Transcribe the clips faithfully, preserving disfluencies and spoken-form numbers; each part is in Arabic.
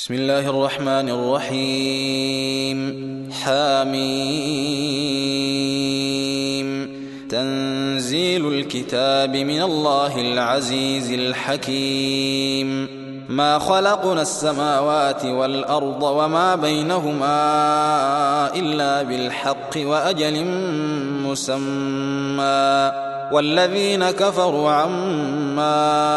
بسم الله الرحمن الرحيم. حاميم. تنزيل الكتاب من الله العزيز الحكيم. ما خلقنا السماوات والأرض وما بينهما إلا بالحق وأجل مسمى، والذين كفروا عما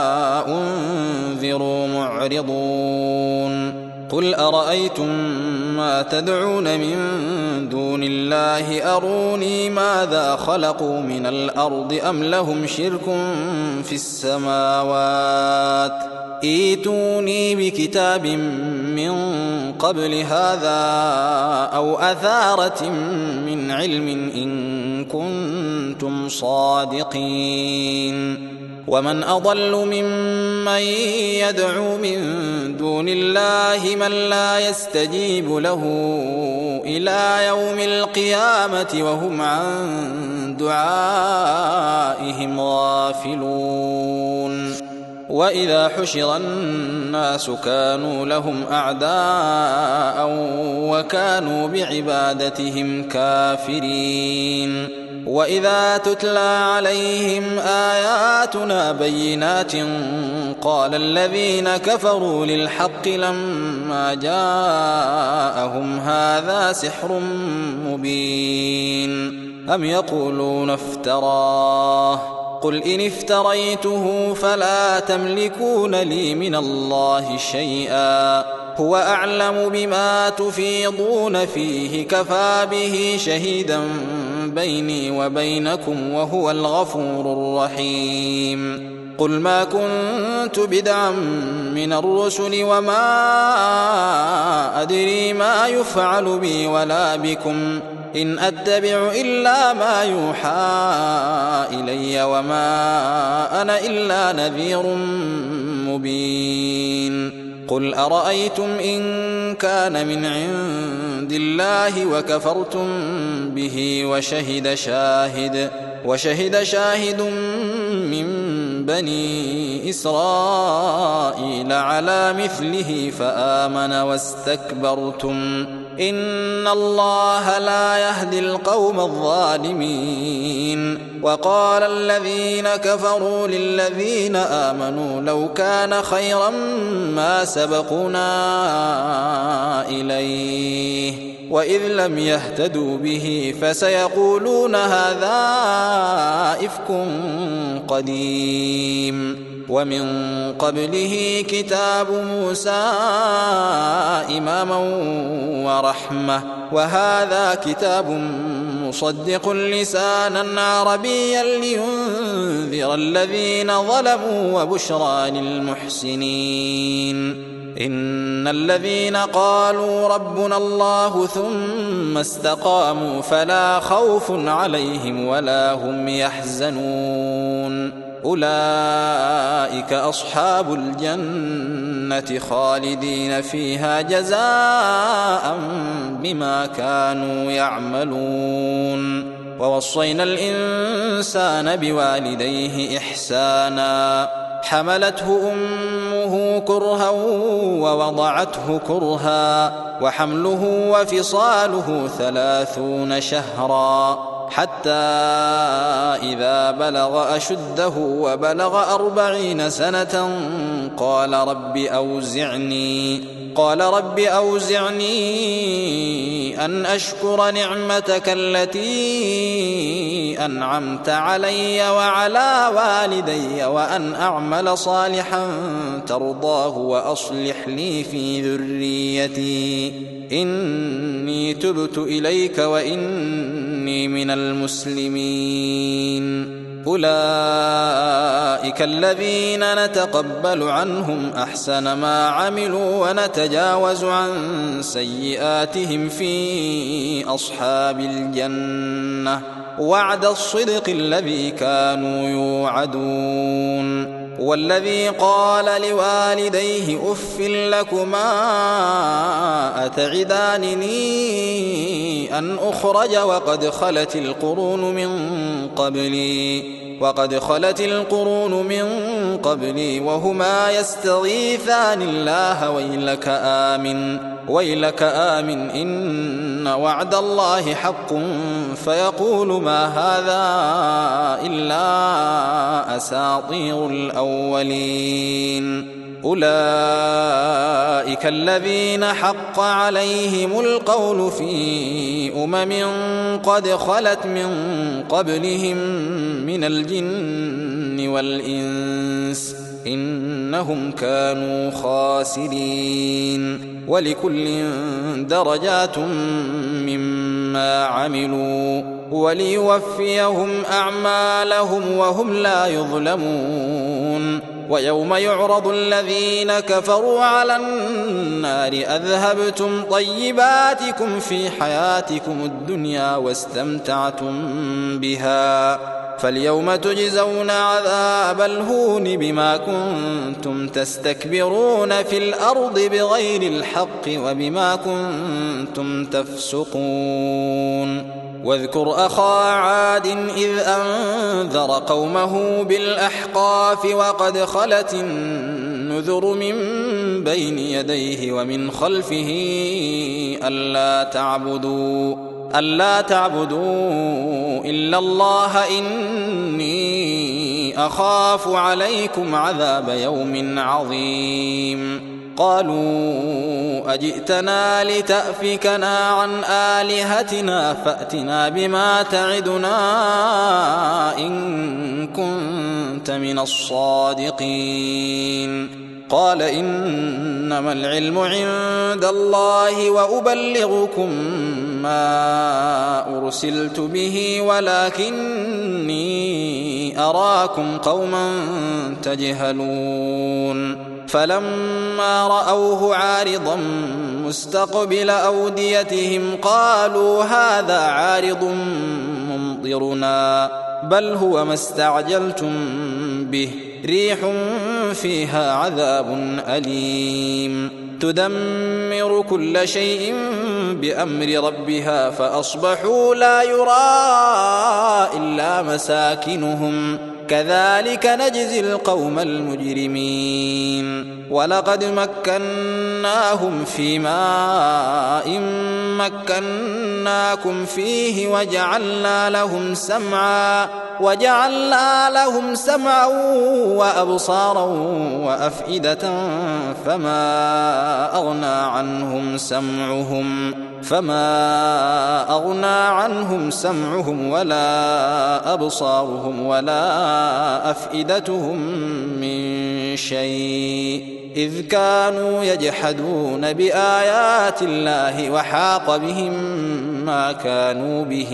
أنذروا معرضون. قل أرأيتم ما تدعون من دون الله أروني ماذا خلقوا من الأرض أم لهم شرك في السماوات، ائتوني بكتاب من قبل هذا أو أثارة من علم إن كنتم صادقين. ومن أضل ممن يدعو من دون الله من لا يستجيب له إلى يوم القيامة وهم عن دعائهم غافلون. وإذا حشر الناس كانوا لهم أعداء وكانوا بعبادتهم كافرين. وإذا تتلى عليهم آياتنا بينات قال الذين كفروا للحق لما جاءهم هذا سحر مبين أم يقولون افتراه قل إن افتريته فلا تملكون لي من الله شيئا هو أعلم بما تفيضون فيه كفى به شهيدا بيني وبينكم وهو الغفور الرحيم. قل ما كنت بدعا من الرسل وما أدري ما يفعل بي ولا بكم إن أتبع إلا ما يوحى إلي وما أنا إلا نذير مبين. قل أرأيتم إن كان من عند الله وكفرتم به وشهد شاهد وشهد شاهد من بني إسرائيل على مثله فآمن واستكبرتم إن الله لا يهدي القوم الظالمين. وقال الذين كفروا للذين آمنوا لو كان خيرا ما سبقونا إليه وإذ لم يهتدوا به فسيقولون هذا إفك قديم. ومن قبله كتاب موسى إماما ورحمة وهذا كتاب مصدق لسانا عربيا لينذر الذين ظلموا وبشرى للمحسنين. إن الذين قالوا ربنا الله ثم استقاموا فلا خوف عليهم ولا هم يحزنون أولئك أصحاب الجنة خالدين فيها جزاء بما كانوا يعملون. ووصينا الإنسان بوالديه إحسانا حملته أمه كرها ووضعته كرها وحمله وفصاله ثلاثون شهرا حتى إذا بلغ أشده وبلغ أربعين سنة قال رب أوزعني قال رب أوزعني أن أشكر نعمتك التي أنعمت علي وعلى والدي وأن أعمل صالحا ترضاه وأصلح لي في ذريتي إني تبت إليك وإني من المسلمين. أولئك الذين نتقبل عنهم أحسن ما عملوا ونتجاوز عن سيئاتهم في أصحاب الجنة وعد الصدق الذي كانوا يوعدون. والذي قال لوالديه أف لكما أتعدانني أن أخرج وقد خلت القرون من قبلي وقد خلت القرون من قبلي وهما يستغيثان الله ويلك آمن ويلك آمن إن وعد الله حق فيقول ما هذا إلا أساطير الأولين أولئك الذين حق عليهم القول في أمم قد خلت من قبلهم من الجن والإنس إنهم كانوا خاسرين ولكل درجات مما عملوا وليوفيهم أعمالهم وهم لا يظلمون ويوم يعرض الذين كفروا على النار أذهبتم طيباتكم في حياتكم الدنيا واستمتعتم بها فاليوم تجزون عذاب الهون بما كنتم تستكبرون في الأرض بغير الحق وبما كنتم تفسقون واذكر أخا عاد إذ أنذر قومه بالأحقاف وقد خلت النذر من بين يديه ومن خلفه ألا تعبدوا ألا تعبدوا إلا الله إني أخاف عليكم عذاب يوم عظيم قالوا أجئتنا لتأفكنا عن آلهتنا فأتنا بما تعدنا إن كنت من الصادقين قال إنما العلم عند الله وأبلغكم ما أرسلت به ولكني أراكم قوما تجهلون فلما رأوه عارضا مستقبل أوديتهم قالوا هذا عارض ممطرنا بل هو ما استعجلتم به ريح فيها عذاب أليم تدمر كل شيء بأمر ربها فأصبحوا لا يرى إلا مساكنهم كذلك نجزي القوم المجرمين ولقد مكناهم في ماء مكناكم فيه وجعلنا لهم سمعا وجعلنا لهم سمعا وأبصارا وأفئدة فما أغنى عنهم سمعهم فما أغنى عنهم سمعهم ولا أبصارهم ولا أفئدتهم من شيء إذ كانوا يجحدون بآيات الله وحاق بهم ما كانوا به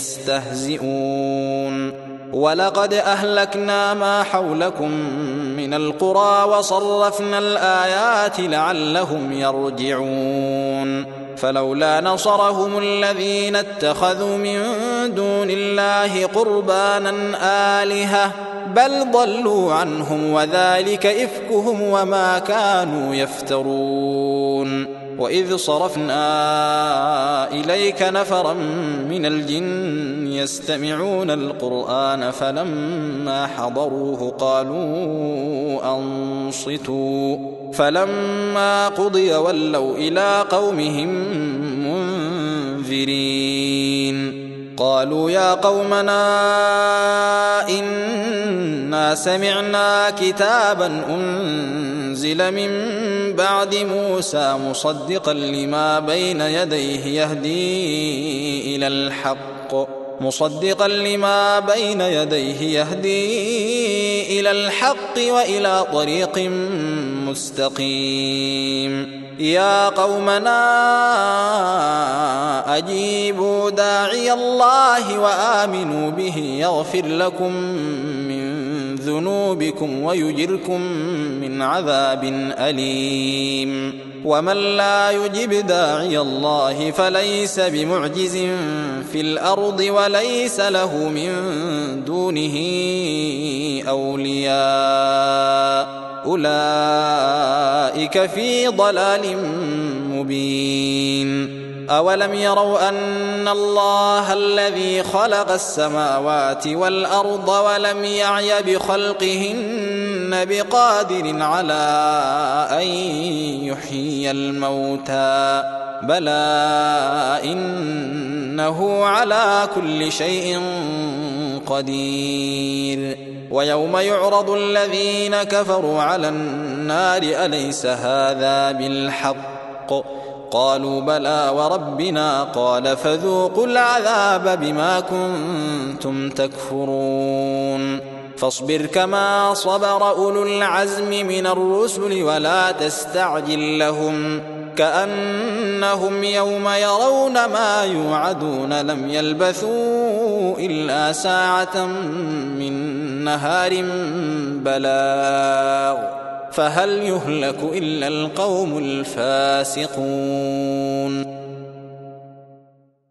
يستهزئون ولقد أهلكنا ما حولكم من القرى وصرفنا الآيات لعلهم يرجعون فلولا نصرهم الذين اتخذوا من دون الله قربانا آلهة بل ضلوا عنهم وذلك إفكهم وما كانوا يفترون وإذ صرفنا إليك نفرا من الجن يستمعون القرآن فلما حضروه قالوا أنصتوا فلما قضي ولوا إلى قومهم منذرين قالوا يا قومنا إنا سمعنا كتابا أنزل من بعد موسى مصدقا لما بين يديه يهدي إلى الحق مصدقا لما بين يديه يهدي إلى الحق وإلى طريق مستقيم يا قومنا أجيبوا داعي الله وآمنوا به يغفر لكم من ذنوبكم ويجركم من عذاب أليم. ومن لا يجب داعي الله فليس بمعجز في الأرض وليس له من دونه أولياء أولئك في ضلال مبين. أولم يروا أن الله الذي خلق السماوات والأرض ولم يعي بخلقهن بقادر على أن يحيي الموتى بلى إنه على كل شيء قدير. ويوم يعرض الذين كفروا على النار أليس هذا بالحق قالوا بلى وربنا قال فذوقوا العذاب بما كنتم تكفرون. فاصبر كما صبر أولو العزم من الرسل ولا تستعجل لهم كأنهم يوم يرون ما يوعدون لم يلبثوا إلا ساعة من نهار بلاغ فهل يهلك إلا القوم الفاسقون.